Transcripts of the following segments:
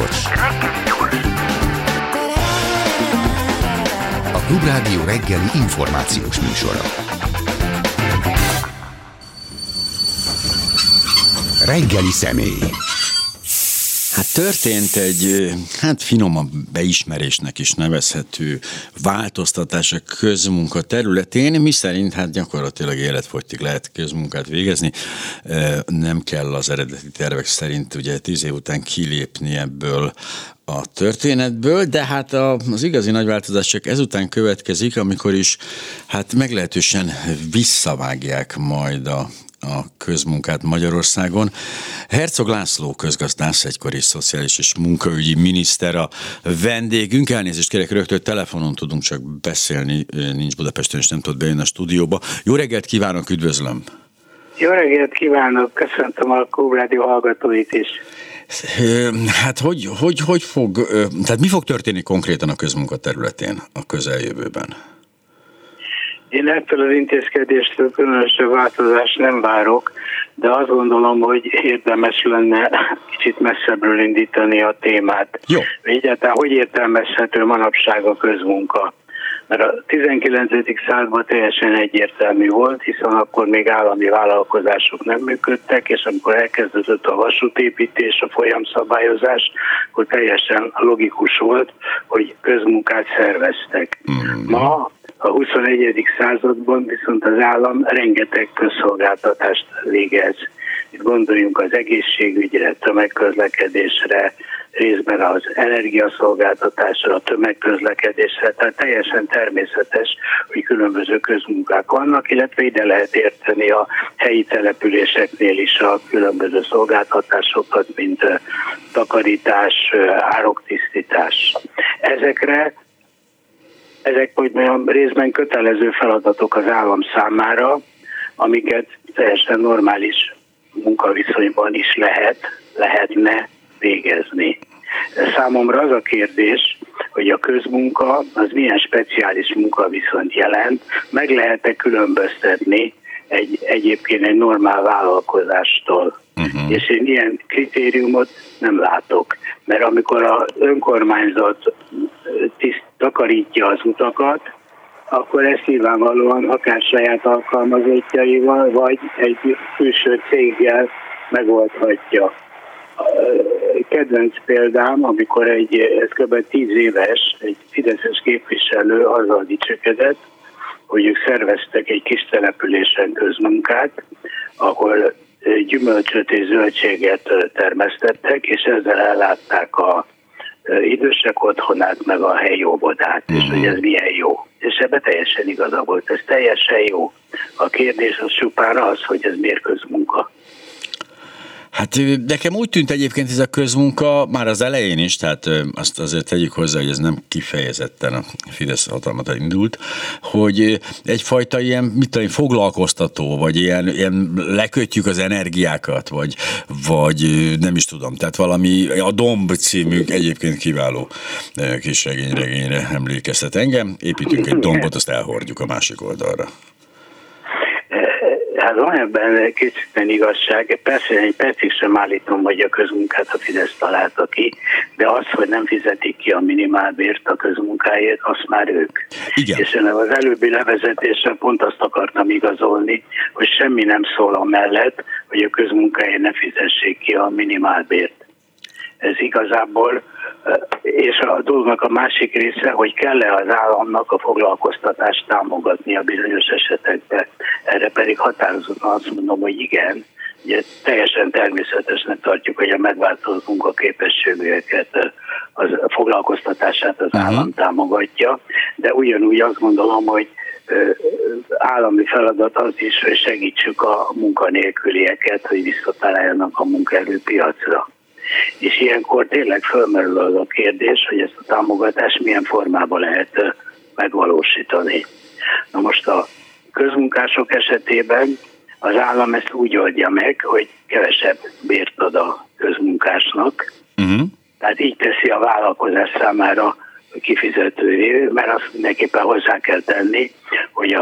gyors. A Klubrádió reggeli információs műsora. Reggeli személy. Hát történt egy, finomabb beismerésnek is nevezhető változtatás a közmunka területén, miszerint gyakorlatilag életfogytig lehet közmunkát végezni. Nem kell az eredeti tervek szerint ugye 10 év után kilépni ebből a történetből, de az igazi nagy változás csak ezután következik, amikor is meglehetősen visszavágják majd a közmunkát Magyarországon. Herzog László közgazdász, egykori szociális és munkaügyi miniszter a vendégünk. Elnézést kérek, rögtön telefonon tudunk csak beszélni, nincs Budapesten és nem tud bejönni a stúdióba. Jó reggelt kívánok, üdvözlöm! Jó reggelt kívánok, köszöntöm a Klubrádió hallgatóit is. Mi fog történni konkrétan a közmunka területén a közeljövőben? Én ettől az intézkedéstől különösebb változást nem várok, de azt gondolom, hogy érdemes lenne kicsit messzebbről indítani a témát. Jó. Egyáltalán hogy értelmezhető manapság a közmunka? Mert a 19. században teljesen egyértelmű volt, hiszen akkor még állami vállalkozások nem működtek, és amikor elkezdődött a vasútépítés, a folyamszabályozás, akkor teljesen logikus volt, hogy közmunkát szerveztek. Ma a 21. században viszont az állam rengeteg közszolgáltatást végez. Itt gondoljunk az egészségügyre, tömegközlekedésre, részben az energiaszolgáltatásra, a tömegközlekedésre, tehát teljesen természetes, hogy különböző közmunkák vannak, illetve ide lehet érteni a helyi településeknél is a különböző szolgáltatásokat, mint takarítás, ároktisztítás. Ezek hogy mondjam, részben kötelező feladatok az állam számára, amiket teljesen normális munkaviszonyban is lehetne végezni. Számomra az a kérdés, hogy a közmunka az milyen speciális munkaviszont jelent, meg lehet-e különböztetni egyébként egy normál vállalkozástól. És én ilyen kritériumot nem látok, mert amikor az önkormányzat takarítja az utakat, akkor ezt nyilvánvalóan akár saját alkalmazottjaival, vagy egy külső céggel megoldhatja. Kedvenc példám, amikor ez kb. 10 éves, egy fideszes képviselő azzal dicsekedett, hogy ők szerveztek egy kis településen közmunkát, ahol gyümölcsöt és zöldséget termesztettek, és ezzel ellátták a idősek otthonát, meg a helyi óvodát, és hogy ez milyen jó. És ebben teljesen igaza volt, ez teljesen jó. A kérdés az csupán az, hogy ez miért közmunka. Nekem úgy tűnt egyébként ez a közmunka már az elején is, tehát azt azért tegyük hozzá, hogy ez nem kifejezetten a Fidesz hatalmata indult, hogy egyfajta ilyen, foglalkoztató, vagy ilyen lekötjük az energiákat, vagy nem is tudom, tehát valami, a Domb című egyébként kiváló kis regényre emlékeztet engem, építünk egy dombot, azt elhordjuk a másik oldalra. Van ebben kicsit igazság. Persze egy percig sem állítom, hogy a közmunkát a Fidesz találta ki, de az, hogy nem fizetik ki a minimálbért a közmunkáért, azt már ők. Igen. És az előbbi levezetéssel pont azt akartam igazolni, hogy semmi nem szól amellett, hogy a közmunkáért ne fizessék ki a minimálbért. Ez igazából, és a dolognak a másik része, hogy kell-e az államnak a foglalkoztatást támogatni a bizonyos esetekben. Erre pedig határozottan azt mondom, hogy igen. Ugye teljesen természetesnek tartjuk, hogy a megváltozott munkaképességűeket, a foglalkoztatását az állam támogatja, de ugyanúgy azt gondolom, hogy állami feladat az is, hogy segítsük a munkanélkülieket, hogy visszataláljanak a munkaerőpiacra. És ilyenkor tényleg fölmerül az a kérdés, hogy ezt a támogatást milyen formában lehet megvalósítani. Na most a közmunkások esetében az állam ezt úgy oldja meg, hogy kevesebb bért ad a közmunkásnak. Tehát így teszi a vállalkozás számára kifizetővé, mert azt mindenképpen hozzá kell tenni, hogy a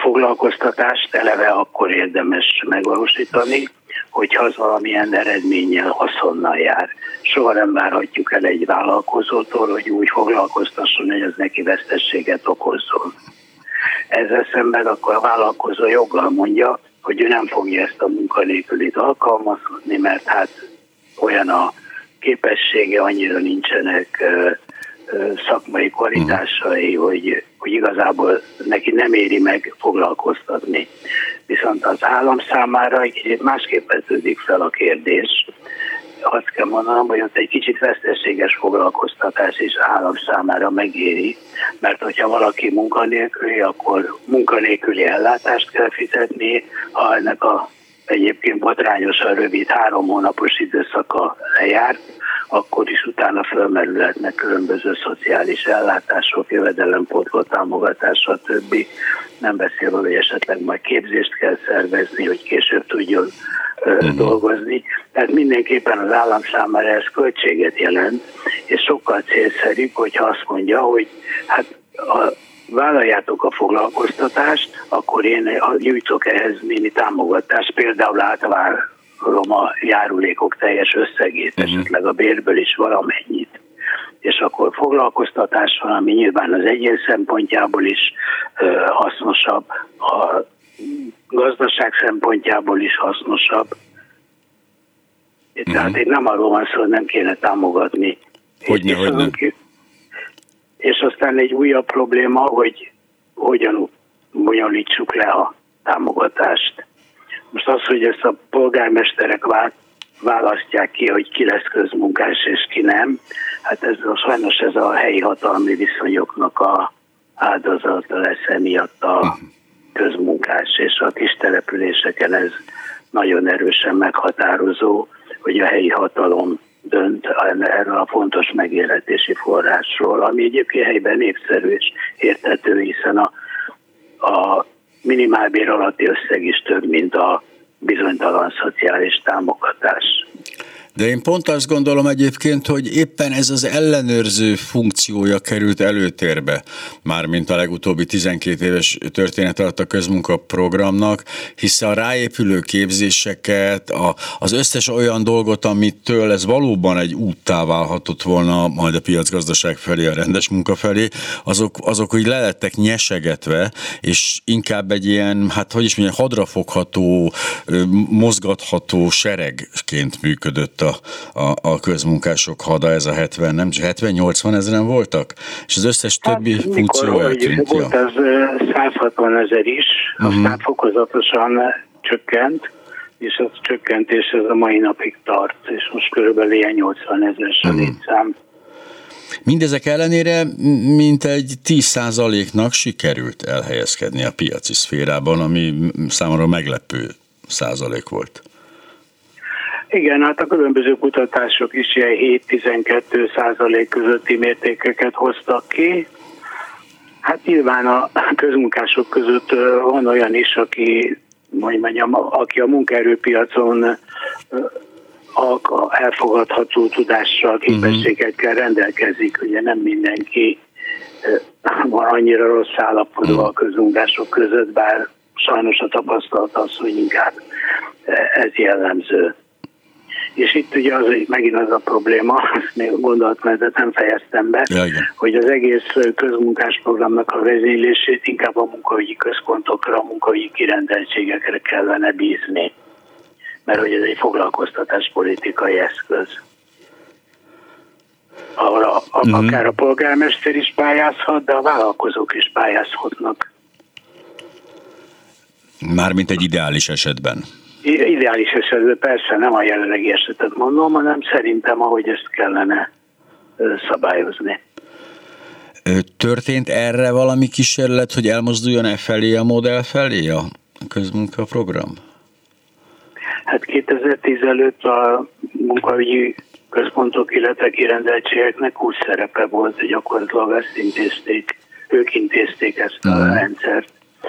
foglalkoztatást eleve akkor érdemes megvalósítani, hogyha az valamilyen eredménnyel, haszonnal jár. Soha nem várhatjuk el egy vállalkozótól, hogy úgy foglalkoztasson, hogy az neki veszteséget okozzon. Ezzel szemben akkor a vállalkozó joggal mondja, hogy ő nem fogja ezt a munkanélkülit alkalmazni, mert hát olyan a képessége, annyira nincsenek szakmai kvalitásai, hogy igazából neki nem éri meg foglalkoztatni. Viszont az állam számára egy kicsit másképp vetődik fel a kérdés. Azt kell mondanom, hogy ott egy kicsit veszteséges foglalkoztatás is állam számára megéri, mert hogyha valaki munkanélküli, akkor munkanélküli ellátást kell fizetni, ha ennek a egyébként botrányosan rövid 3 hónapos időszaka lejárt, akkor is utána fölmerülhetnek különböző szociális ellátások, jövedelempótló támogatás, stb. Nem beszélve, hogy esetleg majd képzést kell szervezni, hogy később tudjon dolgozni. Tehát mindenképpen az állam számára ez költséget jelent, és sokkal célszerűbb, hogyha azt mondja, hogy hát vállaljátok a foglalkoztatást, akkor én nyújtok ehhez némi támogatást, például átvárom a járulékok teljes összegét, esetleg a bérből is valamennyit. És akkor foglalkoztatás van, ami nyilván az egyén szempontjából is hasznosabb, a gazdaság szempontjából is hasznosabb. Tehát itt nem arról van szó, hogy nem kéne támogatni. Hogyne. És aztán egy újabb probléma, hogy hogyan bonyolítsuk le a támogatást. Most az, hogy ezt a polgármesterek választják ki, hogy ki lesz közmunkás és ki nem, hát sajnos ez a helyi hatalmi viszonyoknak a áldozata lesz emiatt a közmunkás, és a kis településeken ez nagyon erősen meghatározó, hogy a helyi hatalom dönt erről a fontos megélhetési forrásról, ami egyébként helyben népszerű és érthető, hiszen a minimálbér alatti összeg is több, mint a bizonytalan szociális támogatás. De én pont azt gondolom egyébként, hogy éppen ez az ellenőrző funkciója került előtérbe, mármint a legutóbbi 12 éves történet alatt a közmunkaprogramnak, hiszen a ráépülő képzéseket, az összes olyan dolgot, amitől ez valóban egy úttá válhatott volna majd a piacgazdaság felé, a rendes munka felé, azok úgy le lettek nyesegetve, és inkább egy ilyen, hadrafogható, mozgatható seregként működött a közmunkások hada, ez a 70-80 ezeren voltak? És az összes többi funkció eltűnt. Volt az 160 000 is, aztán fokozatosan csökkent, és az csökkentés ez a mai napig tart, és most körülbelül ilyen 80 000-es a létszám. Mindezek ellenére mintegy 10%-nak sikerült elhelyezkedni a piaci szférában, ami számomra meglepő százalék volt. Igen, hát a különböző kutatások is ilyen 7-12% közötti mértékeket hoztak ki. Hát nyilván a közmunkások között van olyan is, aki a munkaerőpiacon elfogadható tudással, képességekkel rendelkezik. Ugye nem mindenki van annyira rossz állapotban a közmunkások között, bár sajnos a tapasztalat az, hogy inkább ez jellemző. És itt ugye megint az a probléma, azt még gondolatmenetet nem fejeztem be, hogy az egész közmunkás programnak a vezénylését inkább a munkaügyi központokra, a munkaügyi kirendeltségekre kellene bízni, mert hogy ez egy foglalkoztatáspolitikai eszköz. Ahol akár a polgármester is pályázhat, de a vállalkozók is pályázhatnak. Mármint egy ideális esetben. Ideális esetben persze nem a jelenlegi esetet mondom, hanem szerintem, ahogy ezt kellene szabályozni. Történt erre valami kísérlet, hogy elmozduljon felé a modell felé a közmunkaprogram? Hát 2010 előtt a munkaügyi központok, illetve kirendeltségeknek úgy szerepe volt, hogy gyakorlatilag ők intézték ezt a rendszert.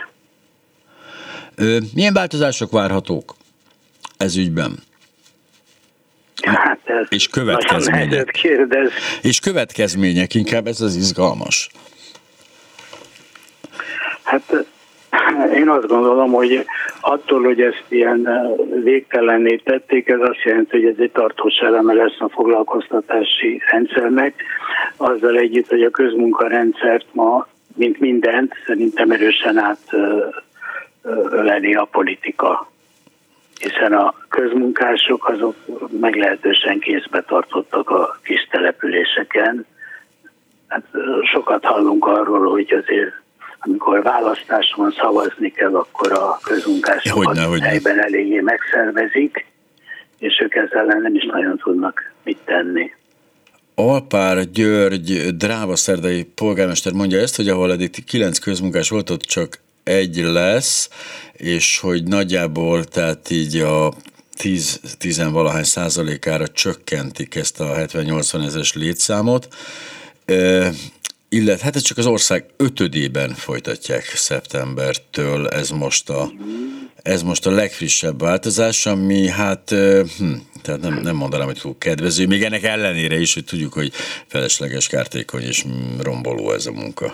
Milyen változások várhatók ez ügyben? Hát ez és következmények. És következmények, inkább ez az izgalmas. Hát én én azt gondolom, hogy attól, hogy ezt ilyen végtelenné tették, ez azt jelenti, hogy ez egy tartós eleme lesz a foglalkoztatási rendszernek, azzal együtt, hogy a közmunkarendszert ma, mint mindent, szerintem erősen átöleli a politika. Hiszen a közmunkások azok meglehetősen kézbe tartottak a kis településeken. Hát sokat hallunk arról, hogy azért amikor választás van, szavazni kell, akkor a közmunkásokat helyben eléggé megszervezik, és ők ezzel nem is nagyon tudnak mit tenni. Alpár György drávaszerdai polgármester mondja ezt, hogy ahol eddig 9 közmunkás volt, ott csak 1 lesz, és hogy nagyjából tehát így a 10-valahány százalékára csökkentik ezt a 70-80 ezeres létszámot, illetve hát ez csak az ország 5-ében folytatják szeptembertől, ez most a legfrissebb változás, ami hát tehát nem mondanám, hogy túl kedvező, még ennek ellenére is, hogy tudjuk, hogy felesleges, kártékony és romboló ez a munka.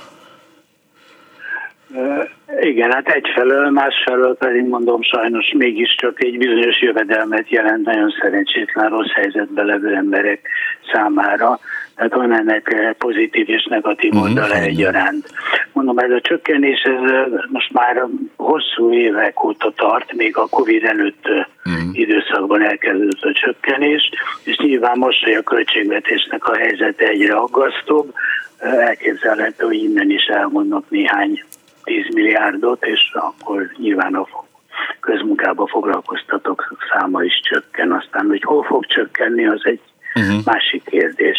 Igen, hát egyfelől, másfelől pedig mondom, sajnos mégiscsak egy bizonyos jövedelmet jelent nagyon szerencsétlen, rossz helyzetben levő emberek számára. Tehát van ennek pozitív és negatív oldala egyaránt. Mondom, ez a csökkenés, ez most már hosszú évek óta tart, még a Covid előtt időszakban elkezdődött a csökkenés, és nyilván most, hogy a költségvetésnek a helyzete egyre aggasztóbb, elképzelhető, hogy innen is elmondnak néhány 10 milliárdot, és akkor nyilván a közmunkába foglalkoztatók száma is csökken. Aztán, hogy hol fog csökkenni, az egy másik kérdés.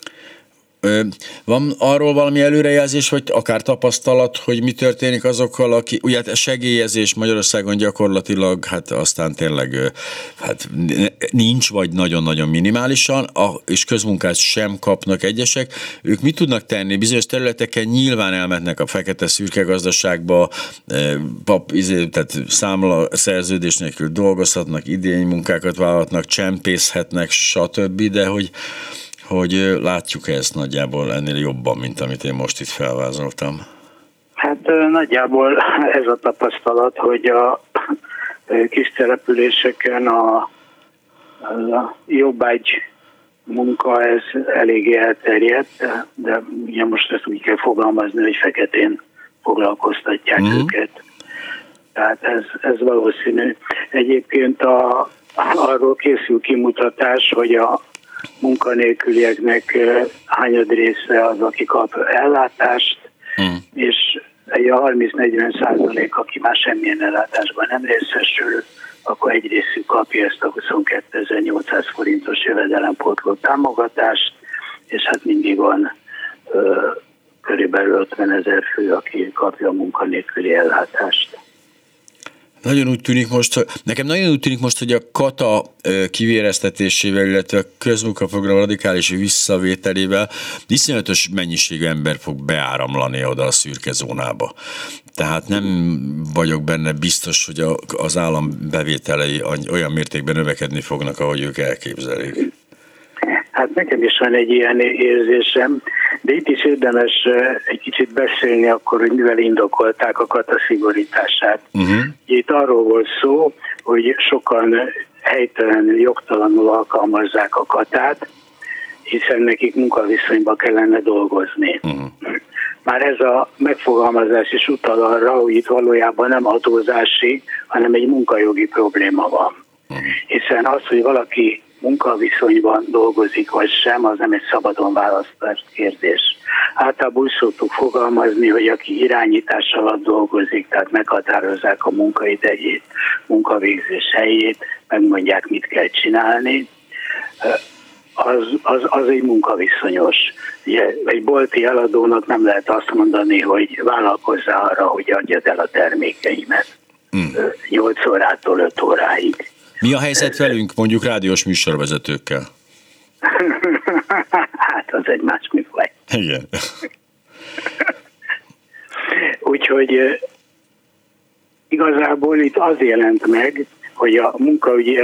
Van arról valami előrejelzés, vagy akár tapasztalat, hogy mi történik azokkal, aki, ugye a segélyezés Magyarországon gyakorlatilag, hát aztán tényleg hát nincs, vagy nagyon-nagyon minimálisan, és közmunkát sem kapnak egyesek. Ők mit tudnak tenni? Bizonyos területeken nyilván elmennek a fekete-szürke gazdaságba, tehát számla szerződés nélkül dolgozhatnak, idénymunkákat vállalhatnak, csempészhetnek, stb., de hogy látjuk ezt nagyjából ennél jobban, mint amit én most itt felvázoltam? Hát nagyjából ez a tapasztalat, hogy a kis településeken a jobbágy munka ez eléggé elterjedt, de ugye most ezt úgy kell fogalmazni, hogy feketén foglalkoztatják őket. Tehát ez valószínű. Egyébként arról készül kimutatás, hogy a munkanélkülieknek hányad része az, aki kap ellátást, és egy 30-40%, aki már semmilyen ellátásban nem részesül, akkor egy részük kapja ezt a 22.800 forintos jövedelempótló támogatást, és hát mindig van körülbelül 50 000 fő, aki kapja a munkanélküli ellátást. Nekem nagyon úgy tűnik most, hogy a kata kivéreztetésével, illetve a közmunkaprogram radikális visszavételével iszonyatos mennyiségű ember fog beáramlani oda a szürke zónába. Tehát nem vagyok benne biztos, hogy az állam bevételei olyan mértékben növekedni fognak, ahogy ők elképzelik. Hát nekem is van egy ilyen érzésem, de itt is érdemes egy kicsit beszélni akkor, hogy mivel indokolták a kata szigorítását. Itt arról volt szó, hogy sokan helytelenül, jogtalanul alkalmazzák a katát, hiszen nekik munkaviszonyba kellene dolgozni. Már ez a megfogalmazás is utal arra, hogy itt valójában nem adózási, hanem egy munkajogi probléma van. Hiszen az, hogy valaki munkaviszonyban dolgozik vagy sem, az nem egy szabadon választás kérdés. Általában úgy szoktuk fogalmazni, hogy aki irányítás alatt dolgozik, tehát meghatározzák a munkaidejét, munkavégzés helyét, megmondják, mit kell csinálni, az egy munkaviszonyos. Ugye, egy bolti eladónak nem lehet azt mondani, hogy vállalkozzál arra, hogy adjad el a termékeimet 8 órától 5 óráig. Mi a helyzet velünk, mondjuk rádiós műsorvezetőkkel? Hát az egy más műfaj. Igen. Úgyhogy igazából itt az jelent meg, hogy a munkaügyi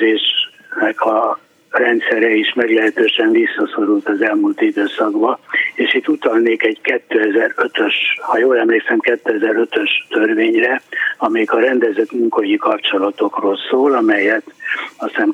ellenőrzésnek a rendszere is meglehetősen visszaszorult az elmúlt időszakban, és itt utalnék egy 2005-ös, ha jól emlékszem, 2005-ös törvényre, amelyik a rendezett munkaügyi kapcsolatokról szól, amelyet azt hiszem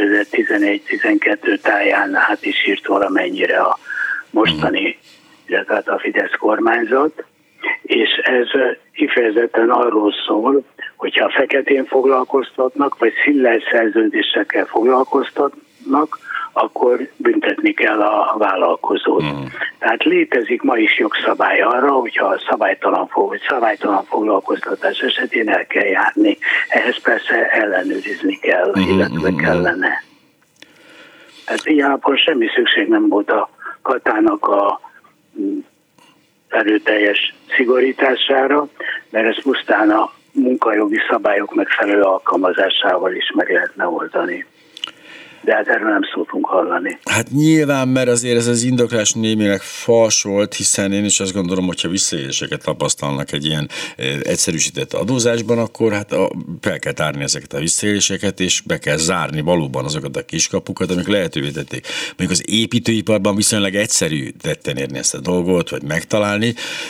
2011-12 táján át is írt valamennyire a mostani, illetve a Fidesz kormányzat, és ez kifejezetten arról szól, hogyha feketén foglalkoztatnak, vagy szillás szerződésekkel foglalkoztatnak, akkor büntetni kell a vállalkozót. Tehát létezik ma is jogszabály arra, hogyha szabálytalan foglalkoztatás esetén el kell járni. Ehhez persze ellenőrizni kell, illetve kellene. Hát ilyenkor semmi szükség nem volt a katának a erőteljes szigorítására, mert ezt pusztán a munkajogi szabályok megfelelő alkalmazásával is meg lehetne oldani. De hát erről nem szoktunk hallani. Hát nyilván, mert azért ez az indoklás némileg falsolt, hiszen én is azt gondolom, hogyha visszaéléseket tapasztalnak egy ilyen egyszerűsített adózásban, akkor hát fel kell tárni ezeket a visszaéléseket, és be kell zárni valóban azokat a kiskapukat, amik lehetővé tették. Mondjuk az építőiparban viszonylag egyszerű tetten érni ezt a dolgot, vagy megtalálni,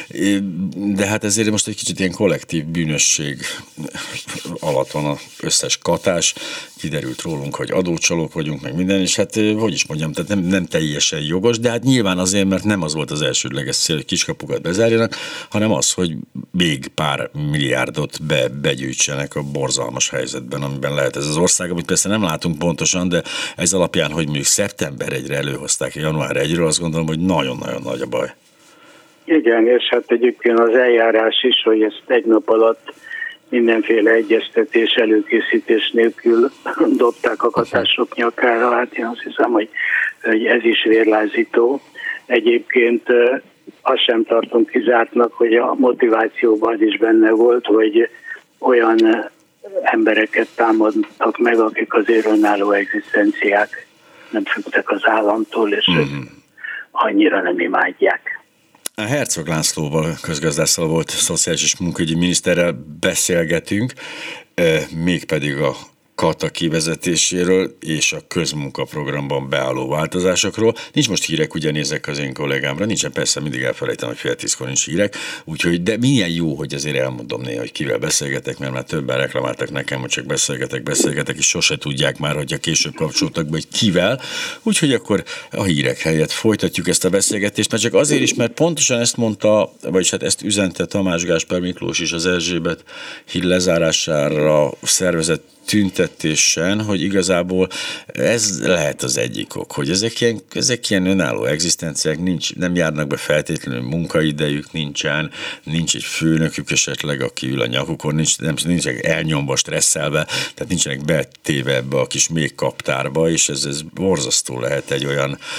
de hát ezért most egy kicsit ilyen kollektív bűnösség alatt van az összes katás, kiderült rólunk, hogy adócsalók vagyunk, meg minden, és hát, hogy is mondjam, tehát nem teljesen jogos, de hát nyilván azért, mert nem az volt az elsődleges cél, hogy kiskapukat bezárjanak, hanem az, hogy még pár milliárdot begyűjtsenek a borzalmas helyzetben, amiben lehet ez az ország, amit persze nem látunk pontosan, de ez alapján, hogy mondjuk szeptember 1-re előhozták, január 1-ről, azt gondolom, hogy nagyon-nagyon nagy a baj. Igen, és hát egyébként az eljárás is, hogy ezt egy nap alatt mindenféle egyeztetés, előkészítés nélkül dobták a katások nyakára. Hát én azt hiszem, hogy ez is vérlázító. Egyébként azt sem tartom kizártnak, hogy a motivációban az is benne volt, hogy olyan embereket támadtak meg, akik azért önálló egzisztenciák, nem függtek az államtól, és annyira nem imádják. A Herzog Lászlóval, közgazdásszal volt szociális és munkaügyi miniszterrel beszélgetünk, mégpedig a kata kivezetéséről és a közmunkaprogramban beálló változásokról. Nincs most hírek, ugye nézek az én kollégámra, nincsen, persze mindig elfelejtem, hogy 9:30 nincs hírek, úgyhogy, de milyen jó, hogy azért elmondom néha, hogy kivel beszélgetek, mert már többen reklamáltak nekem, hogy csak beszélgetek, és sose tudják már, hogyha később kapcsoltak be, hogy kivel, úgyhogy akkor a hírek helyett folytatjuk ezt a beszélgetést, mert csak azért is, mert pontosan ezt mondta, vagyis hát ezt üzente Tamás Gáspár Miklós is az Erzsébet híd lezárására szervezett tüntetésen, hogy igazából ez lehet az egyik ok, hogy ezek ilyen önálló egzisztenciák, nem járnak be feltétlenül munkaidejük, nincs egy főnökük esetleg, aki ül a nyakukon, nincsenek elnyomva, stresszelve, tehát nincsenek betéve ebbe a kis méhkaptárba, és ez borzasztó lehet egy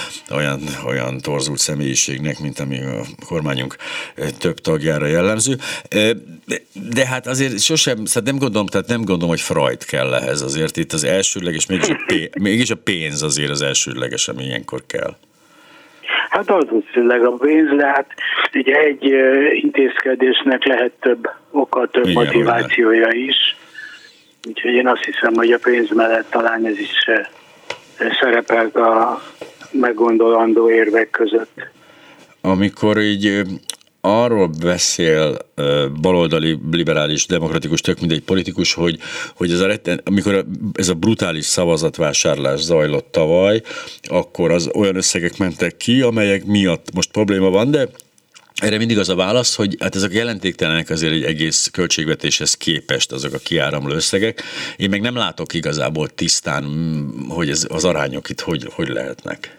olyan torzult személyiségnek, mint ami a kormányunk több tagjára jellemző. De hát azért sosem, nem gondolom, hogy Freud kell ehhez, azért itt az elsődleges, mégis a pénz azért az elsődleges, ami ilyenkor kell. Hát valószínűleg a pénz, de hát ugye egy intézkedésnek lehet több oka, több igen, motivációja is. Úgyhogy én azt hiszem, hogy a pénz mellett talán ez is szerepelt a meggondolandó érvek között. Amikor így arról beszél baloldali, liberális, demokratikus, tök mindegy politikus, hogy amikor ez a brutális szavazatvásárlás zajlott tavaly, akkor az olyan összegek mentek ki, amelyek miatt most probléma van, de erre mindig az a válasz, hogy hát ezek jelentéktelenek azért egy egész költségvetéshez képest azok a kiáramló összegek. Én meg nem látok igazából tisztán, hogy az arányok itt hogy lehetnek.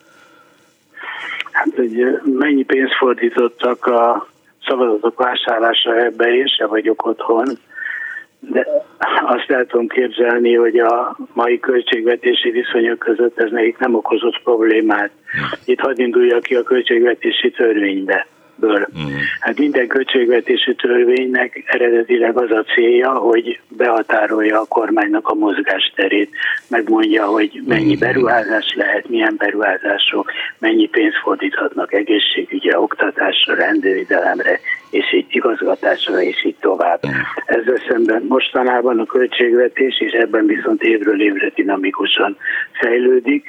Hát, hogy mennyi pénzt fordítottak a szavazatok vásárlásra, ebbe én sem vagyok otthon, de azt el tudom képzelni, hogy a mai költségvetési viszonyok között ez nekik nem okozott problémát. Itt hadd induljak ki a költségvetési törvénybe. Hát minden költségvetési törvénynek eredetileg az a célja, hogy behatárolja a kormánynak a mozgásterét, megmondja, hogy mennyi beruházás lehet, milyen beruházások, mennyi pénzt fordíthatnak egészségügyre, oktatásra, rendőrvédelemre, és így igazgatásra, és így tovább. Ezzel szemben mostanában a költségvetés, és ebben viszont évről évre dinamikusan fejlődik,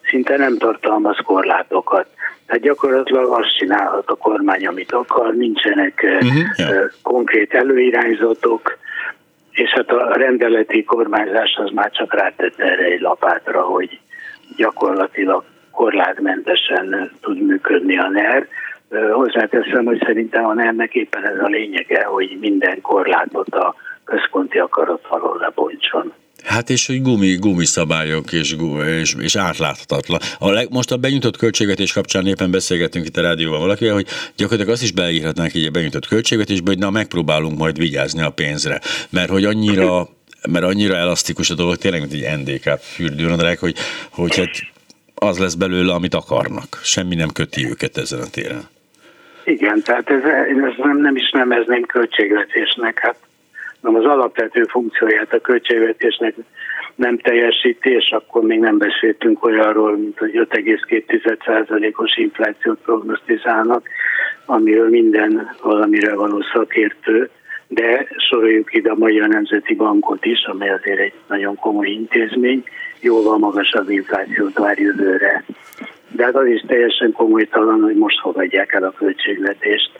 szinte nem tartalmaz korlátokat. Tehát gyakorlatilag azt csinálhat a kormány, amit akar, nincsenek konkrét előirányzatok, és hát a rendeleti kormányzás az már csak rátett erre egy lapátra, hogy gyakorlatilag korlátmentesen tud működni a NER. Hozzáteszem, hogy szerintem a NER-nek éppen ez a lényege, hogy minden korlátot a központi akarat alól lebontson. Hát és hogy gumiszabályok és átláthatatlan. Most a benyújtott költségvetés kapcsán éppen beszélgetünk itt a rádióban valakivel, hogy gyakorlatilag azt is beleírhatnánk így a benyújtott költségvetésbe, hogy megpróbálunk majd vigyázni a pénzre. Mert annyira elasztikus a dolog, tényleg, mint egy NDK fürdőnadrág, hogy hát az lesz belőle, amit akarnak. Semmi nem köti őket ezen a téren. Igen, tehát én ezt nem is nevezném költségvetésnek. Hát az alapvető funkcióját a költségvetésnek nem teljesíti, és akkor még nem beszéltünk olyanról, mint hogy 5,2%-os inflációt prognosztizálnak, amiről minden valamire való szakértő, de soroljuk ide a Magyar Nemzeti Bankot is, amely azért egy nagyon komoly intézmény, jóval magasabb inflációt vár jövőre. De hát az is teljesen komolytalan, hogy most fogadják el a költségvetést.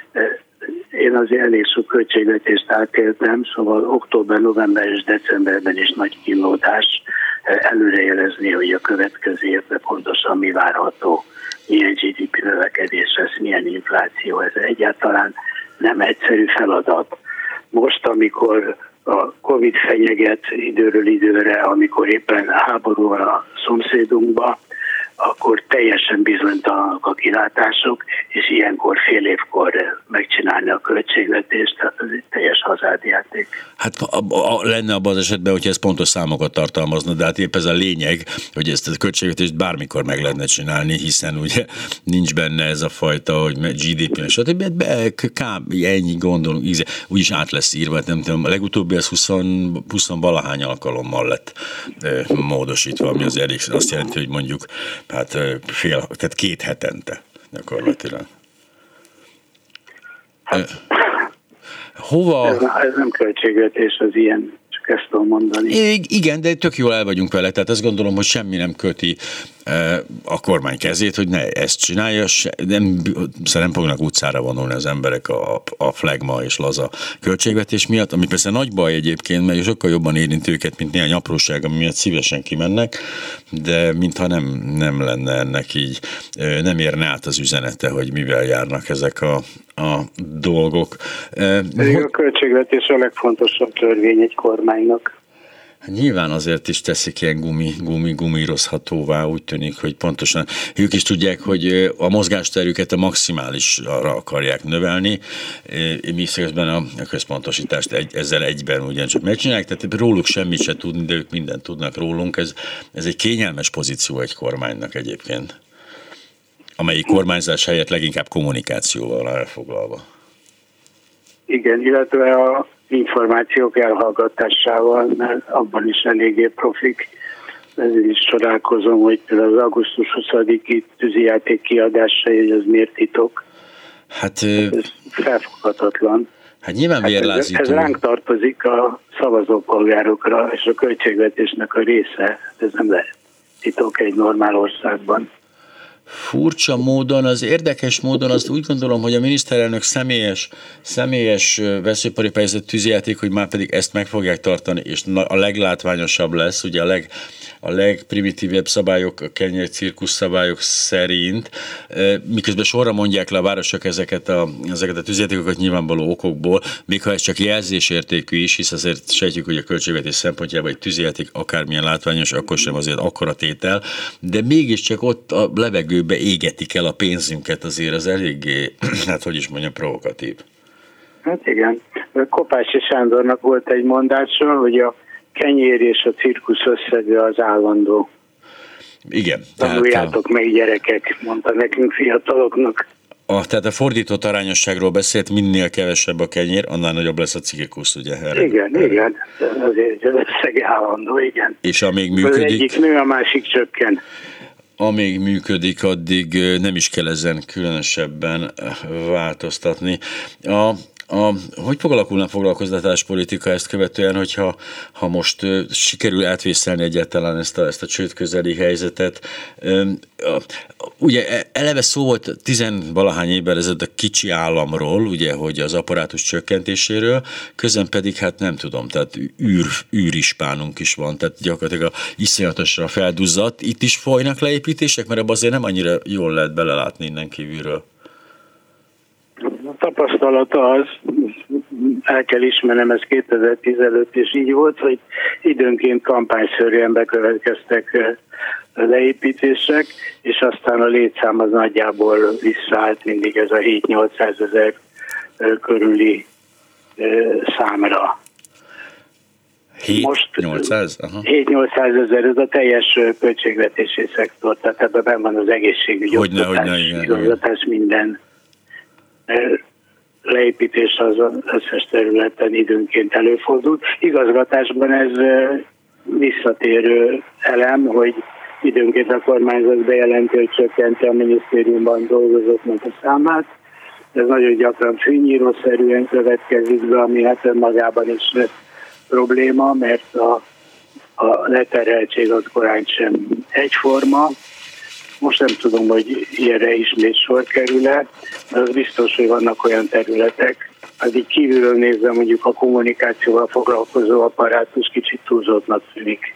Én azért elég sok költségvetést átéltem, szóval október, november és decemberben is nagy kínlódás előrejelezni, hogy a következő évben pontosan mi várható, milyen GDP növekedés lesz, milyen infláció. Ez egyáltalán nem egyszerű feladat. Most, amikor a Covid fenyeget időről időre, amikor éppen háború van a szomszédunkban, akkor teljesen bizonytalanak a kilátások, és ilyenkor fél évkor megcsinálni a költségvetést, tehát ez egy teljes hazádjáték. Hát lenne abban az esetben, hogyha ez pontos számokat tartalmazna, de hát épp ez a lényeg, hogy ezt a költségvetést bármikor meg lehetne csinálni, hiszen ugye nincs benne ez a fajta, hogy GDP, stb. Ennyi gondolunk, úgyis át lesz írva, nem tudom, a legutóbbi az 20 valahány alkalommal lett módosítva, ami az elég, azt jelenti, hogy mondjuk tehát 2 hetente gyakorlatilag. Hova? Ez nem költségvetés, az ilyen, csak ezt tudom mondani. Igen, de tök jól el vagyunk vele, tehát azt gondolom, hogy semmi nem köti a kormány kezét, hogy ne ezt csinálja, nem fognak utcára vonulni az emberek a flegma és laza költségvetés miatt, ami persze nagy baj egyébként, mert sokkal jobban érint őket, mint néhány apróság, ami miatt szívesen kimennek, de mintha nem lenne ennek így, nem érne át az üzenete, hogy mivel járnak ezek a dolgok. A költségvetés a legfontosabb törvény egy kormánynak. Nyilván azért is teszik ilyen gumírozhatóvá, úgy tűnik, hogy pontosan ők is tudják, hogy a mozgásterüket a maximálisra akarják növelni, mi közben a központosítást ezzel egyben ugyancsak megcsinálják, tehát róluk semmit se tudni, de ők mindent tudnak rólunk, ez egy kényelmes pozíció egy kormánynak egyébként, amelyik kormányzás helyett leginkább kommunikációval elfoglalva. Igen, illetve a információk elhallgatásával, mert abban is eléggé profik. Ezért is csodálkozom, hogy például az augusztus 20-i tűzijáték kiadása, hogy az miért titok. Hát ez felfoghatatlan. Hát nyilván vérlázító. Ez ránk tartozik a szavazópolgárokra, és a költségvetésnek a része. Ez nem lehet titok egy normál országban. Furcsa módon, az érdekes módon azt úgy gondolom, hogy a miniszterelnök személyes veszőparipályázat tűzijáték, hogy már pedig ezt meg fogják tartani, és a leglátványosabb lesz, ugye a legprimitívebb szabályok, a kenyér cirkusz szabályok szerint, miközben sorra mondják le a városok ezeket a tűzijátékokat nyilvánvaló okokból, még ha ez csak jelzésértékű is, hisz azért sejtjük, hogy a költségvetés szempontjában egy tűzijáték akármilyen látványos, akkor sem azért akkora tétel, de mégiscsak ott a levegőbe égetik el a pénzünket, azért az eléggé, hát hogy is mondjam, provokatív. Hát igen. Kopácsi Sándornak volt egy mondása, hogy a kenyér és a cirkusz összege az állandó. Igen. Tanuljátok meg, gyerekek, mondta nekünk fiataloknak. Tehát a fordított arányosságról beszélt, minél kevesebb a kenyér, annál nagyobb lesz a cirkusz, ugye? Igen. Azért az összeg állandó, igen. És amíg működik... Az egyik nő, a másik csökken. Amíg működik, addig nem is kell ezen különösebben változtatni. Hogy fog alakulni a foglalkoztatáspolitika ezt követően, hogyha most sikerül átvészelni egyáltalán ezt a csőd közeli helyzetet? Ugye eleve szó volt 10-valahány évvel ezelőtt a kicsi államról, ugye, hogy az apparátus csökkentéséről, közben pedig hát nem tudom, tehát űrispánunk is van, tehát gyakorlatilag iszonyatosra felduzzadt. Itt is folynak leépítések, mert abban azért nem annyira jól lehet belelátni innen kívülről. A tapasztalata az, el kell ismernem, ez 2015 és így volt, hogy időnként kampányszerűen bekövetkeztek leépítések, és aztán a létszám az nagyjából visszaállt mindig ez a 7-800 ezer körüli számra. 7-800? 7-800 ezer, ez a teljes költségvetési szektor, tehát ebben benne van az egészségügy, oktatás, minden leépítés az összes területen időnként előfordult. Igazgatásban ez visszatérő elem, hogy időnként a kormányzat bejelenti, hogy csökkenti a minisztériumban dolgozóknak a számát. Ez nagyon gyakran fűnyírószerűen következik be, ami hát önmagában is probléma, mert a leterheltség az korán sem egyforma. Most nem tudom, hogy ilyenre ismét sor kerül-e, de az biztos, hogy vannak olyan területek, addig kívülről nézve mondjuk a kommunikációval foglalkozó apparátus kicsit túlzottnak tűnik.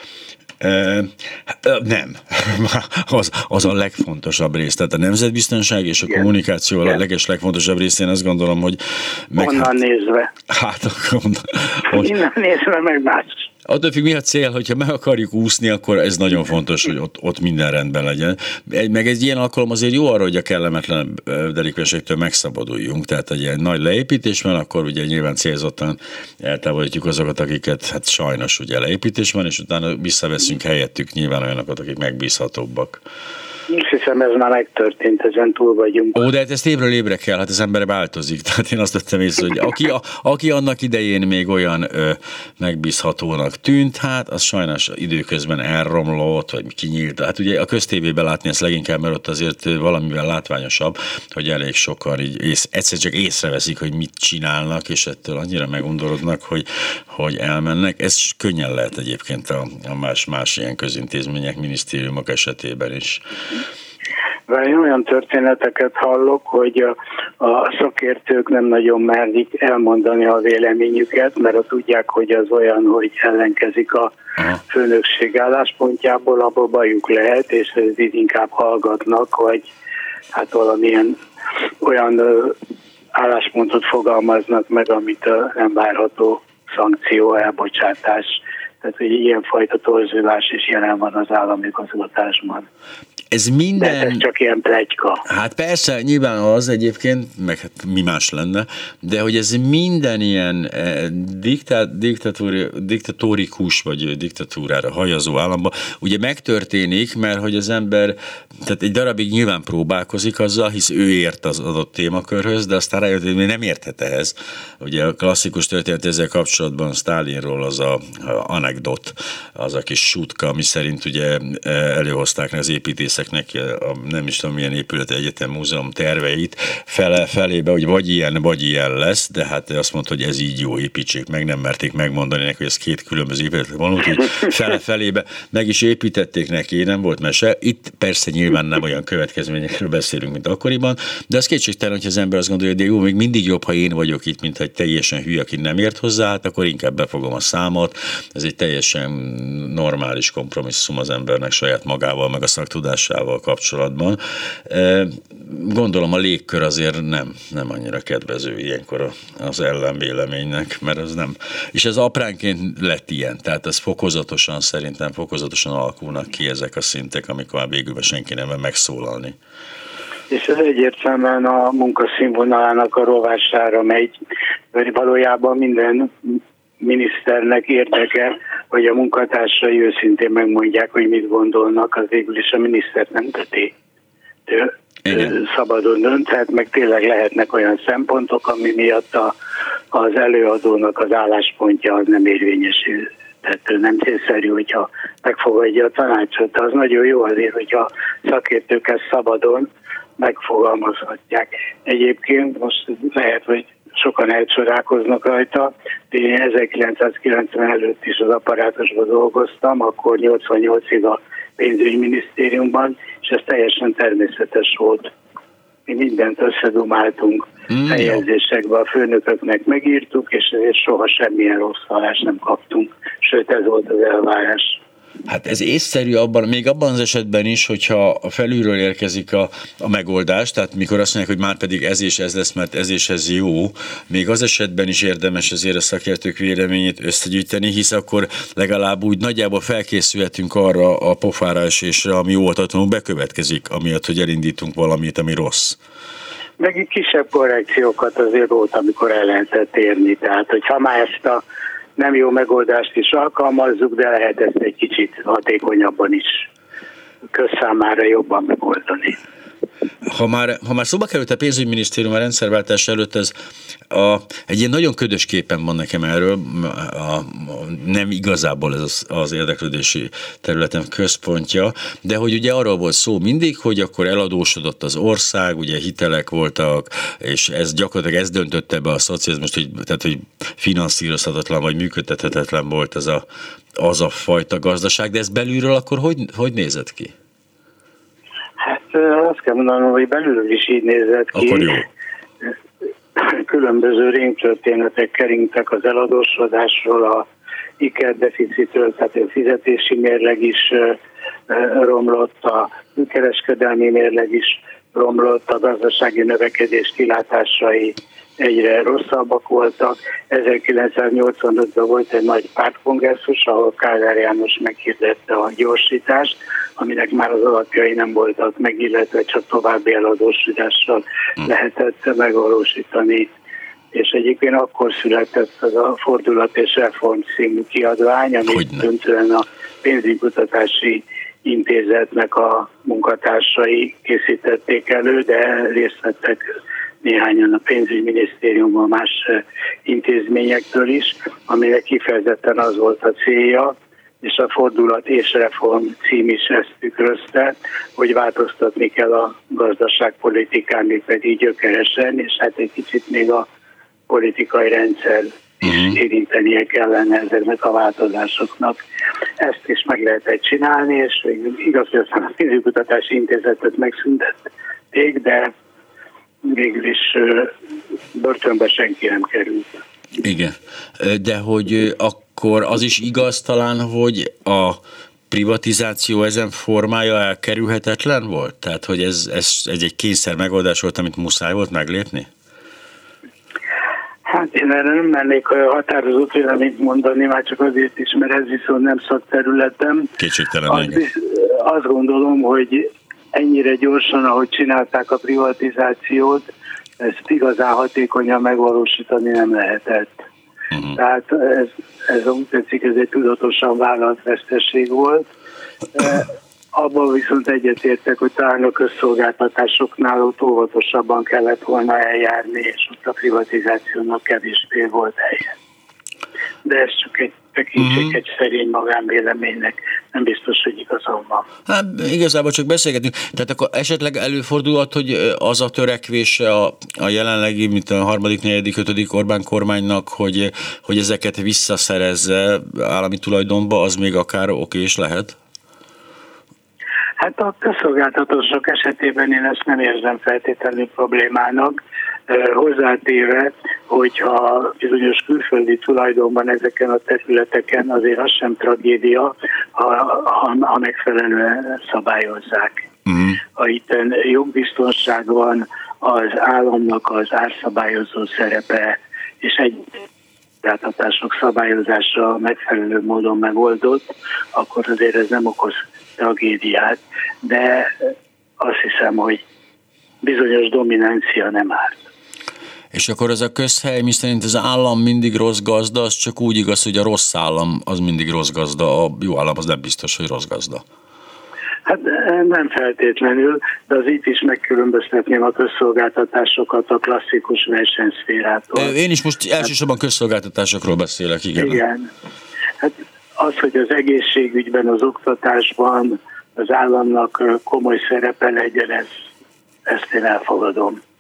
Nem. Az a legfontosabb rész. Tehát a nemzetbiztonság és a kommunikáció a legfontosabb rész. Én azt gondolom, hogy... Onnan nézve. Innen nézve meg más. Attól függ, mi a cél, hogyha meg akarjuk úszni, akkor ez nagyon fontos, hogy ott minden rendben legyen. Meg egy ilyen alkalom azért jó arra, hogy a kellemetlen delikvensektől megszabaduljunk. Tehát egy ilyen nagy leépítés van, akkor ugye nyilván célzottan eltávolítjuk azokat, akiket hát sajnos ugye leépítés van, és utána visszaveszünk helyettük nyilván olyanokat, akik megbízhatóbbak. Azt hiszem, ez már megtörtént, ezen túl vagyunk. De hát ezt évről évre kell, hát az ember változik. Tehát én azt vettem észre, hogy aki annak idején még olyan megbízhatónak tűnt, hát az sajnos időközben elromlott, vagy kinyílt. Hát ugye a köztévében látni ezt leginkább, mert ott azért valamivel látványosabb, hogy elég sokan így egyszer csak észreveszik, hogy mit csinálnak, és ettől annyira megundorodnak, hogy elmennek. Ez könnyen lehet egyébként a más ilyen közintézmények, minisztériumok esetében is. Én olyan történeteket hallok, hogy a szakértők nem nagyon merzik elmondani a véleményüket, mert tudják, hogy az olyan, hogy ellenkezik a főnökség álláspontjából, abból bajuk lehet, és inkább hallgatnak, vagy hát valamilyen olyan álláspontot fogalmaznak meg, amit nem várható szankció, elbocsátás. Tehát, hogy ilyenfajta torzulás is jelen van az államigazgatásban. Ez minden... De ez csak ilyen pletyka. Hát persze, nyilván az egyébként, meg hát mi más lenne, de hogy ez minden ilyen diktatórikus vagy diktatúrára hajazó államban ugye megtörténik, mert hogy az ember, tehát egy darabig nyilván próbálkozik azzal, hisz ő ért az adott témakörhöz, de aztán rájött, hogy nem érthet ehhez. Ugye a klasszikus történet ezzel kapcsolatban Sztálinról az a anekdot, az a kis sutka, ami szerint ugye előhozták az építészek nem is tudom milyen épület, egyetem, múzeum terveit felébe, hogy vagy ilyen lesz, de hát azt mondta, hogy ez így jó, építsék meg, nem merték megmondani neki, hogy ez két különböző épület van, úgyhogy felébe meg is építették neki, nem volt mese. Itt persze nyilván nem olyan következményekről beszélünk, mint akkoriban, de az kétségtelen, hogy az ember azt gondolja, hogy de jó, még mindig jobb, ha én vagyok itt, mint egy teljesen hülye, aki nem ért hozzá, hát akkor inkább befogom a számot. Ez egy teljesen normális kompromisszum az embernek saját magával, meg a szaktudásával kapcsolatban. Gondolom a légkör azért nem annyira kedvező ilyenkor az ellenvéleménynek, mert az nem. És ez apránként lett ilyen, tehát ez szerintem fokozatosan alakulnak ki ezek a szintek, amikor már végül senki nem megszólalni. És ez egyértelműen a munkaszínvonalának a rovására megy, mert valójában minden miniszternek érdeke, hogy a munkatársai őszintén megmondják, hogy mit gondolnak, az végül is a minisztert nem teti. Szabadon dönt, tehát meg tényleg lehetnek olyan szempontok, ami miatt az előadónak az álláspontja az nem érvényesül. Tehát nem célszerű, hogyha megfogadja a tanácsot. Az nagyon jó azért, hogyha szakértők ezt szabadon megfogalmazhatják. Egyébként most lehet, hogy sokan elcsodálkoznak rajta. Én 1990 előtt is az apparátusban dolgoztam, akkor 88-ig a pénzügyminisztériumban, és ez teljesen természetes volt. Mi mindent összedumáltunk, feljegyzésekbe a főnököknek megírtuk, és ezért soha semmilyen rossz hallást nem kaptunk. Sőt, ez volt az elvárás. Hát ez észszerű még abban az esetben is, hogyha felülről érkezik a megoldás, tehát mikor azt mondják, hogy már pedig ez és ez lesz, mert ez és ez jó, még az esetben is érdemes azért a szakértők véleményét összegyűjteni, hisz akkor legalább úgy nagyjából felkészülhetünk arra a pofára esésre, ami óvatatlanul bekövetkezik, amiatt, hogy elindítunk valamit, ami rossz. Meg egy kisebb korrekciókat azért volt, amikor el lehetett érni, tehát hogyha már ezt a nem jó megoldást is alkalmazzuk, de lehet ezt egy kicsit hatékonyabban is közszámára jobban megoldani. Ha már szóba került a pénzügyminisztérium a rendszerváltás előtt, ez egy ilyen nagyon ködös képen van nekem erről, nem igazából ez az érdeklődési területem központja, de hogy ugye arról volt szó mindig, hogy akkor eladósodott az ország, ugye hitelek voltak, és ez gyakorlatilag döntötte be a szocializmust, hogy finanszírozhatatlan vagy működtethetetlen volt az a fajta gazdaság, de ez belülről akkor hogy nézett ki? Hát azt kell mondanom, hogy belülről is így nézett ki. Akkor jó. Különböző rémtörténetek keringtek az eladósodásról, a ikerdeficitről, tehát a fizetési mérleg is romlott, a kereskedelmi mérleg is romlott, a gazdasági növekedés kilátásai egyre rosszabbak voltak. 1985-ben volt egy nagy pártkongresszus, ahol Kádár János meghirdette a gyorsítást, aminek már az alapjai nem voltak meg, illetve csak további eladósodással lehetett megvalósítani. És egyébként akkor született az a Fordulat és Reform című kiadvány, amit döntően a pénzügykutatási intézetnek a munkatársai készítették elő, de részt vettek néhányan a pénzügyminisztériumban más intézményektől is, aminek kifejezetten az volt a célja, és a Fordulat és Reform cím is ezt tükrözte, hogy változtatni kell a gazdaságpolitikán, még pedig gyökeresen, és hát egy kicsit még a politikai rendszer is érintenie kellene ezeknek a változásoknak. Ezt is meg lehetett csinálni, és igaz, hogy aztán a pénzügykutatási intézetet megszüntették, de végül is börtönbe senki nem került. Igen, de hogy akkor az is igaz talán, hogy a privatizáció ezen formája elkerülhetetlen volt? Tehát, hogy ez egy kényszer megoldás volt, amit muszáj volt meglépni? Hát én erre nem mennék határozott véleményt mondani, már csak azért is, mert ez viszont nem szakterületem. Kétségtelen. Azt gondolom, hogy ennyire gyorsan, ahogy csinálták a privatizációt, ezt igazán hatékonyan megvalósítani nem lehetett. Tehát ez úgy tetszik, ez egy tudatosan vállalt veszteség volt. Abban viszont egyetértek, hogy talán a közszolgáltatásoknál ott óvatosabban kellett volna eljárni, és ott a privatizációnak kevésbé volt helye. De ez csak egy tekintség egy szerény magánvéleménynek, nem biztos, hogy igazam van. Hát igazából csak beszélgetünk. Tehát akkor esetleg előfordulhat, hogy az a törekvése a jelenlegi, mint a 3., 4., 5. Orbán kormánynak, hogy ezeket visszaszerezze állami tulajdonba, az még akár okés lehet? Hát a közszolgáltatások esetében én ezt nem érzem feltétlenül problémának, hozzátéve, hogyha bizonyos külföldi tulajdonban ezeken a területeken azért az sem tragédia, ha megfelelően szabályozzák. Ha itt jogbiztonság van, az államnak az árszabályozó szerepe és egy szolgáltatások szabályozása megfelelő módon megoldott, akkor azért ez nem okoz tragédiát, de azt hiszem, hogy bizonyos dominancia nem árt. És akkor ez a közhely, miszerint az állam mindig rossz gazda, az csak úgy igaz, hogy a rossz állam az mindig rossz gazda, a jó állam az nem biztos, hogy rossz gazda. Hát nem feltétlenül, de az itt is megkülönböztetném a közszolgáltatásokat a klasszikus versenyszférától. Én is most elsősorban közszolgáltatásokról beszélek, igen. Igen. Hát az, hogy az egészségügyben, az oktatásban az államnak komoly szerepe legyen, ezt én elfogadom.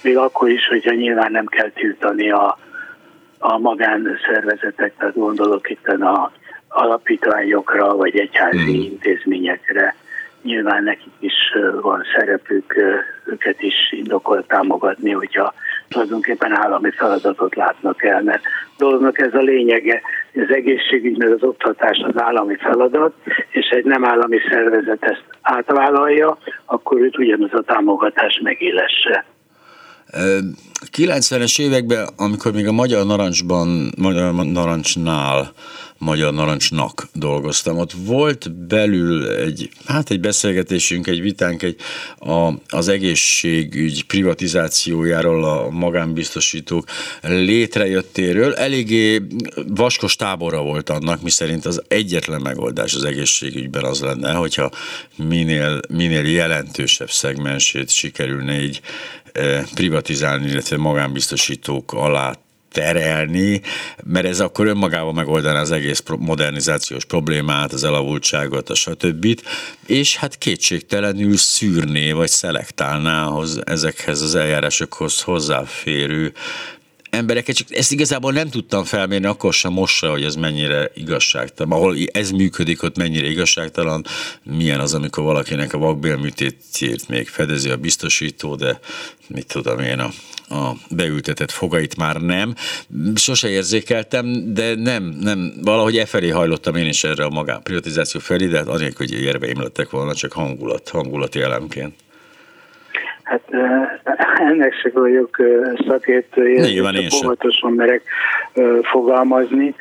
még akkor is, hogyha nyilván nem kell tiltani a magánszervezetek, tehát gondolok itt a alapítványokra, vagy egyházi intézményekre. Nyilván nekik is van szerepük, őket is indokolt támogatni, hogyha tulajdonképpen állami feladatot látnak el, mert dolognak ez a lényege, az egészségügy meg az oktatás az állami feladat, és egy nem állami szervezet ezt átvállalja, akkor őt ugyanaz a támogatás megillesse. 90-es években, amikor még a Magyar Narancsnak dolgoztam, ott volt belül egy beszélgetésünk, egy vitánk az egészségügy privatizációjáról, a magánbiztosítók létrejöttéről. Eléggé vaskos tábora volt annak, miszerint az egyetlen megoldás az egészségügyben az lenne, hogyha minél jelentősebb szegmensét sikerülne így privatizálni, illetve magánbiztosítók alá terelni, mert ez akkor önmagában megoldaná az egész modernizációs problémát, az elavultságot, a stb. És hát kétségtelenül szűrné, vagy szelektálná ezekhez az eljárásokhoz hozzáférő embereket, csak ezt igazából nem tudtam felmérni, akkor sem most se, hogy ez mennyire igazságtalan. Ahol ez működik, ott mennyire igazságtalan, milyen az, amikor valakinek a vakbélműtétjét még fedezi a biztosító, de mit tudom én, a beültetett fogait már nem. Sose érzékeltem, de nem, valahogy felé hajlottam én is erre a magánprivatizáció felé, de anélkül, hogy érveim lettek volna, csak hangulati elemként. Hát ennek se vagyok szakértője, óvatosan merek fogalmazni.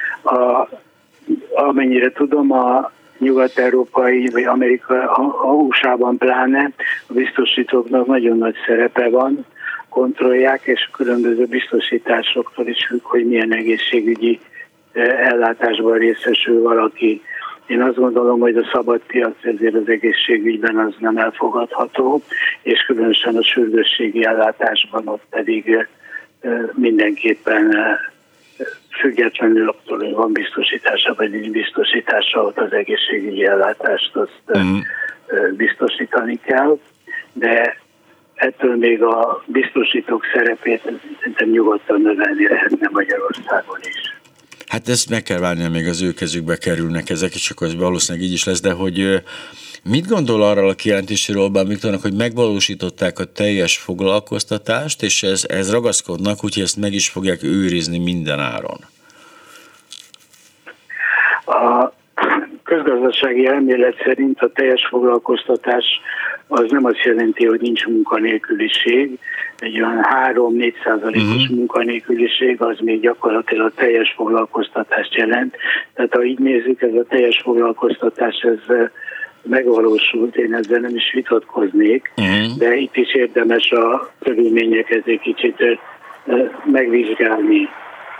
Amennyire tudom, a nyugat-európai vagy a USA-ban pláne a biztosítóknak nagyon nagy szerepe van, kontrollják, és a különböző biztosításoktól is függ, hogy milyen egészségügyi ellátásban részesül valaki. Én azt gondolom, hogy a szabad piac ezért az egészségügyben az nem elfogadható, és különösen a sürgősségi ellátásban ott pedig mindenképpen függetlenül attól, hogy van biztosítása vagy nincs biztosítása, ott az egészségügyi ellátást azt biztosítani kell, de ettől még a biztosítók szerepét szerintem nyugodtan növelni lehetne Magyarországon is. Hát ezt meg kell várni, még az ő kezükbe kerülnek ezek, és akkor ez valószínűleg így is lesz, de hogy mit gondol arról a kijelentéséről Orbán Viktornak, hogy megvalósították a teljes foglalkoztatást, és ez ragaszkodnak, úgyhogy ezt meg is fogják őrizni minden áron? A közgazdasági elmélet szerint a teljes foglalkoztatás az nem azt jelenti, hogy nincs munkanélküliség. Egy olyan 3-4%-os munkanélküliség az még gyakorlatilag a teljes foglalkoztatást jelent. Tehát ha így nézzük, ez a teljes foglalkoztatás ez megvalósult, én ezzel nem is vitatkoznék, de itt is érdemes a körülményeket egy kicsit megvizsgálni.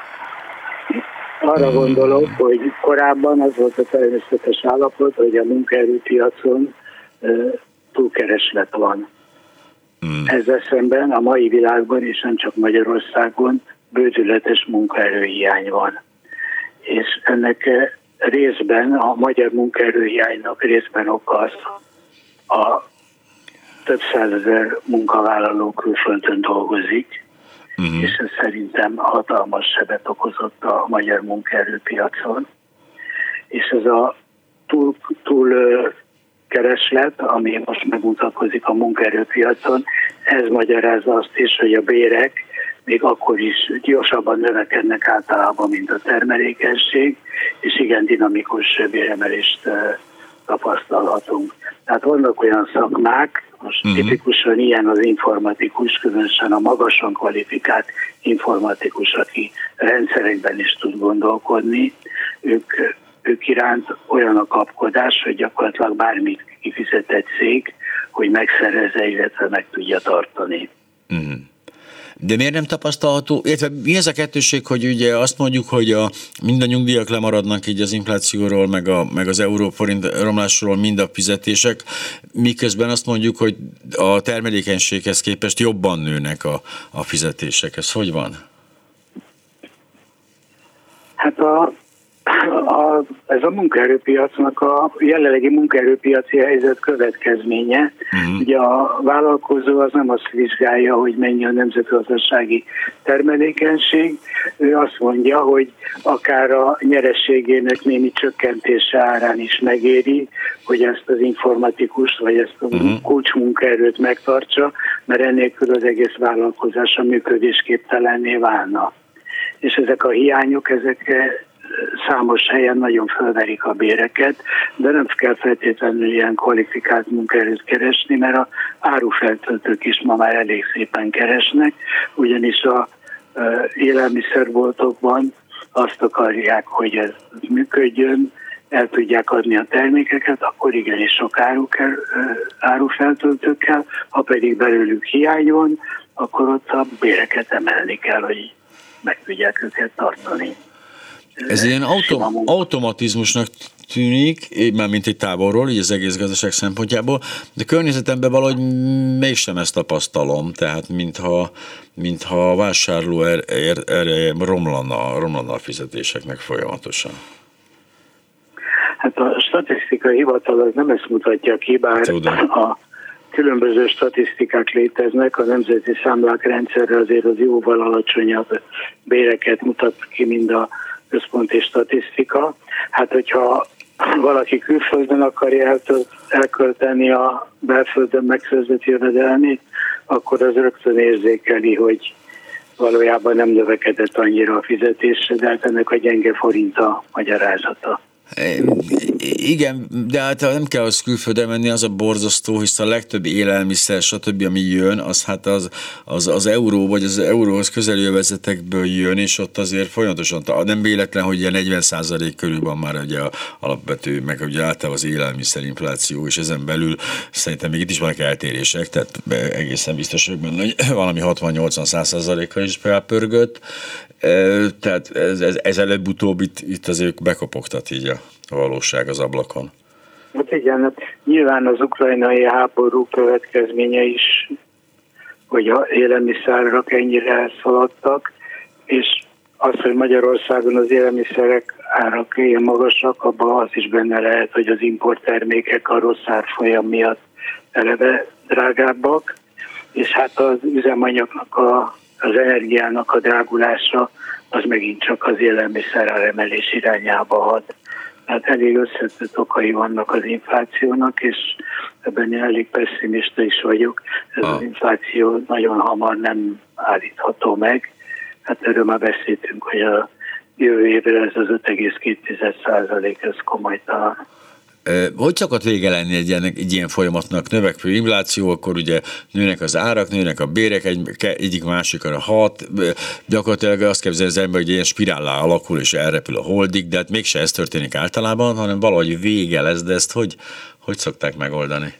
Arra gondolok, hogy korábban az volt a természetes állapot, hogy a munkaerőpiacon túlkereslet van. Ezzel szemben a mai világban, és nem csak Magyarországon, bődületes munkaerőhiány van. És ennek részben, a magyar munkaerőhiánynak részben oka az a több százezer munkavállaló külföldön dolgozik, és ez szerintem hatalmas sebet okozott a magyar munkaerőpiacon. És ez a túl kereslet, ami most megmutatkozik a munkaerőpiacon, ez magyarázza azt is, hogy a bérek még akkor is gyorsabban növekednek általában, mint a termelékenység, és igen dinamikus béremelést tapasztalhatunk. Tehát vannak olyan szakmák, most tipikusan ilyen az informatikus, különösen a magasan kvalifikált informatikus, aki rendszerekben is tud gondolkodni, ők iránt olyan a kapkodás, hogy gyakorlatilag bármit kifizet egy cég, hogy megszerezze, illetve meg tudja tartani. De miért nem tapasztalható, illetve mi ez a kettőség, hogy ugye azt mondjuk, hogy mind a nyugdíjak lemaradnak így az inflációról, meg az euróforint romlásról, mind a fizetések, miközben azt mondjuk, hogy a termelékenységhez képest jobban nőnek a fizetések. Ez hogy van? Hát ez a munkaerőpiacnak a jelenlegi munkaerőpiaci helyzet következménye. Ugye a vállalkozó az nem azt vizsgálja, hogy mennyi a nemzetgazdasági termelékenység, ő azt mondja, hogy akár a nyerességének némi csökkentése árán is megéri, hogy ezt az informatikust vagy ezt a kulcsmunkaerőt megtartsa, mert ennélkül az egész vállalkozása működésképtelenné válna. És ezek a hiányok, ezek számos helyen nagyon fölverik a béreket, de nem kell feltétlenül ilyen kvalifikált munkaerőt keresni, mert az árufeltöltők is ma már elég szépen keresnek, ugyanis a élelmiszerboltokban azt akarják, hogy ez működjön, el tudják adni a termékeket, akkor igenis sok árufeltöltő kell, ha pedig belőlük hiány van, akkor ott a béreket emelni kell, hogy meg tudják őket tartani. Ez ilyen automatizmusnak tűnik, már mint egy távolról, így az egész gazdaság szempontjából, de környezetemben valahogy mégsem ezt tapasztalom, tehát mintha a vásárló ereje romlana a fizetéseknek folyamatosan. Hát a statisztikai hivatal az nem ezt mutatja ki, bár a különböző statisztikák léteznek, a nemzeti számlák rendszerre azért az jóval alacsonyabb béreket mutat ki, mint a központi statisztika. Hát, hogyha valaki külföldön akarja elkölteni a belföldön megszerzett jövedelmét, akkor az rögtön érzékeli, hogy valójában nem növekedett annyira a fizetése, de hát ennek a gyenge forint a magyarázata. Igen, de hát nem kell az külföldre menni, az a borzasztó, hisz a legtöbb élelmiszer, stb. Ami jön, az hát az euró, vagy az euróhoz közeli övezetekből jön, és ott azért folyamatosan, nem véletlen, hogy ilyen 40% körül van már ugye alapvető, meg ugye általában az élelmiszerinfláció, és ezen belül szerintem még itt is vannak eltérések, tehát egészen biztos vagyok benne, hogy valami 60-80-100%-kal is felpörgött, tehát ez előbb-utóbb itt azért bekopogtat így a valóság az ablakon. Hát igen, hát nyilván az ukrajnai háború következménye is, hogy a élelmiszerárak ennyire elszaladtak, és az, hogy Magyarországon az élelmiszerek árak ilyen magasak, abban az is benne lehet, hogy az importtermékek a rossz árfolyam miatt eleve drágábbak, és hát az üzemanyagnak az energiának a drágulása az megint csak az élelmiszer emelés irányába hat. Tehát elég összetett okai vannak az inflációnak, és ebben én elég pessimista is vagyok. Ez az infláció nagyon hamar nem állítható meg. Hát erről már beszéltünk, hogy a jövő évre ez az 5,2%, ez komolytalan. Hogy szokott vége lenni egy ilyen folyamatnak? Növekvő infláció, akkor ugye nőnek az árak, nőnek a bérek, egyik másikra hat, gyakorlatilag azt képzelni az ember, hogy ilyen spirállá alakul, és elrepül a holdig, de hát mégse ez történik általában, hanem valahogy vége lesz, de ezt hogy szokták megoldani?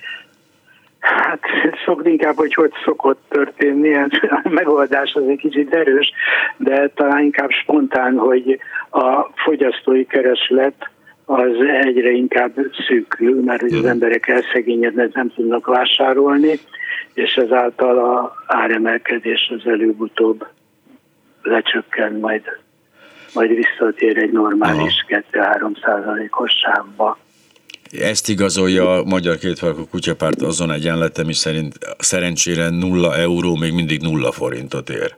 Hát inkább, hogy szokott történni, a megoldás az egy kicsit erős, de talán inkább spontán, hogy a fogyasztói kereslet az egyre inkább szűkül, mert az emberek elszegényednek, nem tudnak vásárolni, és ezáltal az áremelkedés az előbb-utóbb lecsökken, majd visszatér egy normális 2-3%-os sávba. Ezt igazolja a Magyar Kétfarkú Kutyapárt azon egyenlete, mi szerint szerencsére 0 euró még mindig 0 forintot ér.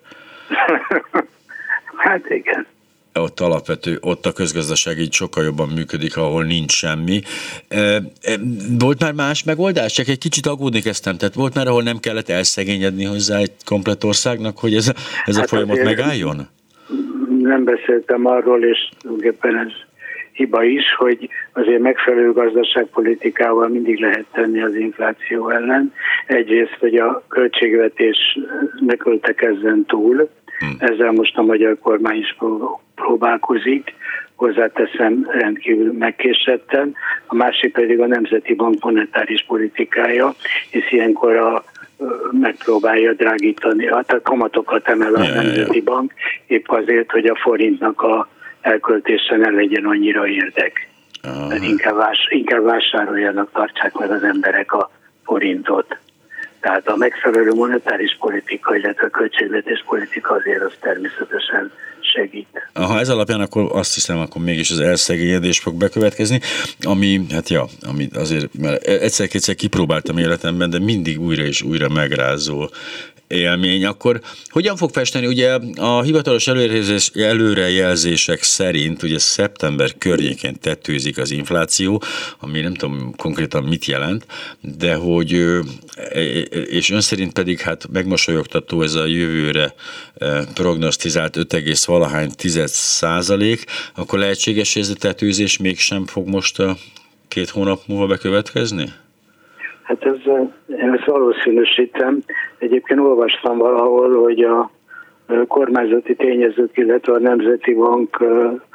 Hát igen. Ott a közgazdaság így sokkal jobban működik, ahol nincs semmi. Volt már más megoldás? Csak egy kicsit aggódni kezdtem. Tehát volt már, ahol nem kellett elszegényedni hozzá egy komplett országnak, hogy ez a folyamat megálljon? Nem beszéltem arról, és tulajdonképpen ez hiba is, hogy azért megfelelő gazdaságpolitikával mindig lehet tenni az infláció ellen. Egyrészt, hogy a költségvetés ne költekezzen túl, ezzel most a magyar kormány is próbálkozik, hozzáteszem rendkívül megkésetten. A másik pedig a Nemzeti Bank monetáris politikája, hisz ilyenkor megpróbálja drágítani, tehát kamatokat emel a Nemzeti Bank, épp azért, hogy a forintnak a elköltése ne legyen annyira érdek. Inkább vásároljanak, tartsák meg az emberek a forintot. Tehát a megfelelő monetáris politika, illetve a költségvetés politika azért az természetesen segít. Ha ez alapján, akkor azt hiszem, akkor mégis az elszegényedés fog bekövetkezni, ami azért, mert egyszer-kétszer kipróbáltam életemben, de mindig újra és újra megrázó élmény. Akkor hogyan fog festeni? Ugye a hivatalos előrejelzések szerint ugye szeptember környékén tetőzik az infláció, ami nem tudom konkrétan mit jelent, de hogy, és ön szerint pedig hát megmosolyogtató ez a jövőre prognosztizált 5,valahány%, akkor lehetséges, hogy ez a tetőzés mégsem fog most 2 hónap múlva bekövetkezni? Hát én ezt valószínűsítem. Egyébként olvastam valahol, hogy a kormányzati tényezők, illetve a Nemzeti Bank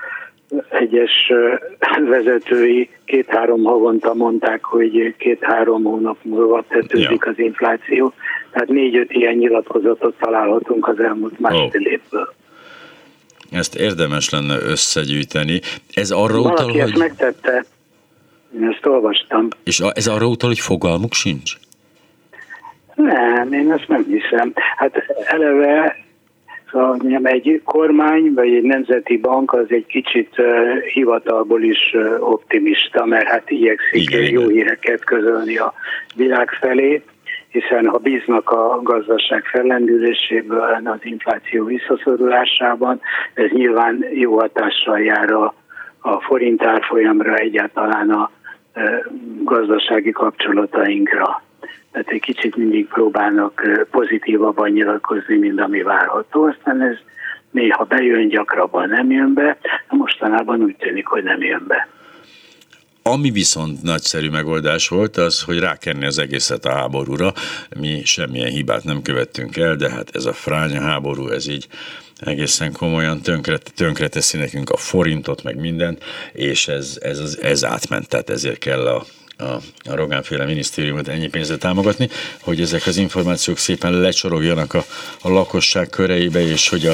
egyes vezetői 2-3 havonta mondták, hogy 2-3 hónap múlva tetőzik az infláció. Tehát 4-5 ilyen nyilatkozatot találhatunk az elmúlt másfél évből. Ezt érdemes lenne összegyűjteni. Ez arra valaki utal, ezt megtette. Én ezt olvastam. És ez arra utal, hogy fogalmuk sincs? Nem, én ezt nem hiszem. Hát eleve egy kormány, vagy egy nemzeti bank az egy kicsit hivatalból is optimista, mert hát igyekszik jó híreket közölni a világ felé, hiszen ha bíznak a gazdaság fellendüléséből, az infláció visszaszorulásában, ez nyilván jó hatással jár a forint árfolyamra, egyáltalán a gazdasági kapcsolatainkra. Tehát egy kicsit mindig próbálnak pozitívabban nyilatkozni, mint ami várható. Aztán ez néha bejön, gyakrabban nem jön be, mostanában úgy tűnik, hogy nem jön be. Ami viszont nagyszerű megoldás volt, az, hogy rákenni az egészet a háborúra. Mi semmilyen hibát nem követtünk el, de hát ez a fránya háború, ez így egészen komolyan tönkreteszi nekünk a forintot, meg mindent, és ez átment, tehát ezért kell a Rogán-féle minisztériumot ennyi pénzre támogatni, hogy ezek az információk szépen lecsorogjanak a lakosság köreibe, és hogy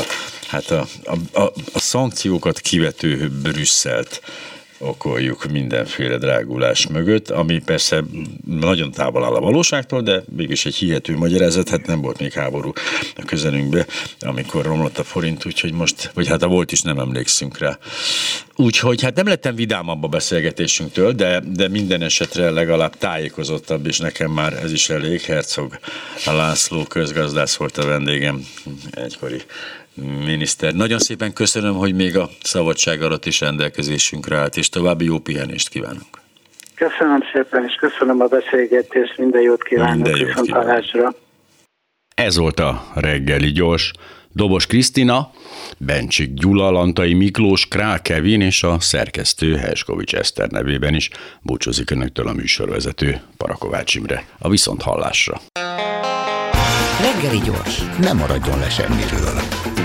a szankciókat kivető Brüsszelt okoljuk mindenféle drágulás mögött, ami persze nagyon távol áll a valóságtól, de mégis egy hihető magyarázat, hát nem volt még háború a közelünkbe, amikor romlott a forint, úgyhogy most, vagy hát a volt is, nem emlékszünk rá. Úgyhogy hát nem lettem vidámabb a beszélgetésünktől, de minden esetre legalább tájékozottabb, és nekem már ez is elég. Herzog László közgazdász volt a vendégem, egykori miniszter. Nagyon szépen köszönöm, hogy még a szabadság alatt is rendelkezésünkre állt, és további jó pihenést kívánok. Köszönöm szépen, és köszönöm a beszélgetést, minden jót kívánok, viszontlátásra. Ez volt a reggeli gyors. Dobos Krisztina, Bencsik Gyula, Lantai Miklós, Král Kevin és a szerkesztő Herskovics Eszter nevében is búcsúzik önöktől a műsorvezető Parakovács Imre. A viszonthallásra. Reggeli gyors. Ne maradjon le semmiről.